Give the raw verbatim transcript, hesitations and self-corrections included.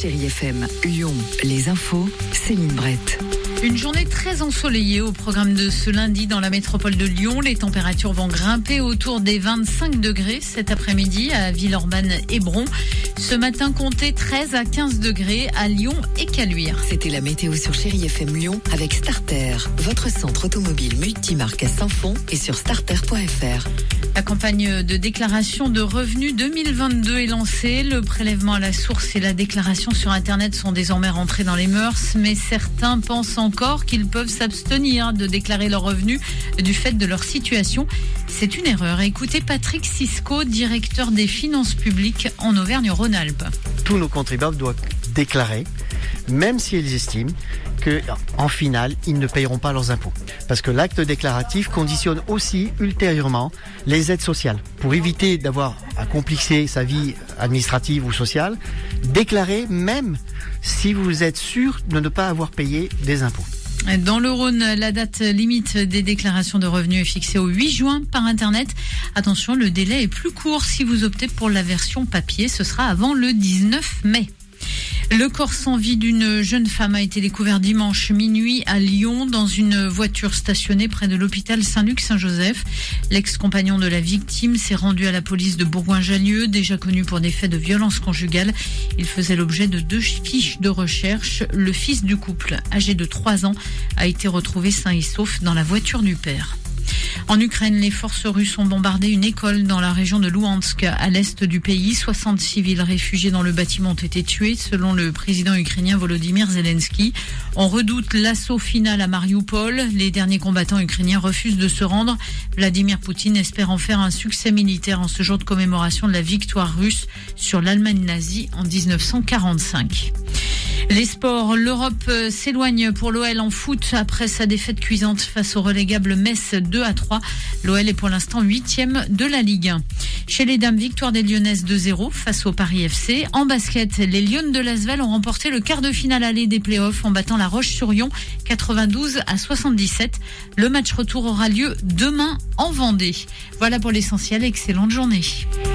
Chérie F M. Lyon, les infos, Céline Brett. Une journée très ensoleillée au programme de ce lundi dans la métropole de Lyon. Les températures vont grimper autour des vingt-cinq degrés cet après-midi à Villeurbanne-Hébron. Ce matin, comptez treize à quinze degrés à Lyon et Caluire. C'était la météo sur Chérie F M Lyon avec Starter, votre centre automobile multimarque à Saint-Fond et sur starter point f r. La campagne de déclaration de revenus deux mille vingt-deux est lancée. Le prélèvement à la source et la déclaration sur Internet sont désormais rentrés dans les mœurs, mais certains pensent encore qu'ils peuvent s'abstenir de déclarer leurs revenus du fait de leur situation. C'est une erreur. Écoutez Patrick Sisco, directeur des finances publiques en Auvergne-Rhône-Alpes. Tous nos contribuables doivent déclarer, même s'ils estiment qu'en finale, ils ne paieront pas leurs impôts. Parce que l'acte déclaratif conditionne aussi ultérieurement les aides sociales. Pour éviter d'avoir à compliquer sa vie administrative ou sociale, déclarez même si vous êtes sûr de ne pas avoir payé des impôts. Dans le Rhône, la date limite des déclarations de revenus est fixée au huit juin par Internet. Attention, le délai est plus court si vous optez pour la version papier. Ce sera avant le dix-neuf mai. Le corps sans vie d'une jeune femme a été découvert dimanche minuit à Lyon dans une voiture stationnée près de l'hôpital Saint-Luc-Saint-Joseph. L'ex-compagnon de la victime s'est rendu à la police de Bourgoin-Jallieu, déjà connu pour des faits de violence conjugale. Il faisait l'objet de deux fiches de recherche. Le fils du couple, âgé de trois ans, a été retrouvé sain et sauf dans la voiture du père. En Ukraine, les forces russes ont bombardé une école dans la région de Louhansk, à l'est du pays. soixante civils réfugiés dans le bâtiment ont été tués, selon le président ukrainien Volodymyr Zelensky. On redoute l'assaut final à Mariupol. Les derniers combattants ukrainiens refusent de se rendre. Vladimir Poutine espère en faire un succès militaire en ce jour de commémoration de la victoire russe sur l'Allemagne nazie en dix-neuf cent quarante-cinq. Les sports, l'Europe s'éloigne pour l'O L en foot après sa défaite cuisante face au relégable Metz deux à trois. L'O L est pour l'instant huitième de la Ligue un. Chez les dames, victoire des Lyonnaises deux zéro face au Paris F C. En basket, les Lyonnes de Lasvel ont remporté le quart de finale aller des playoffs en battant la Roche-sur-Yon quatre-vingt-douze à soixante-dix-sept. Le match retour aura lieu demain en Vendée. Voilà pour l'essentiel, excellente journée.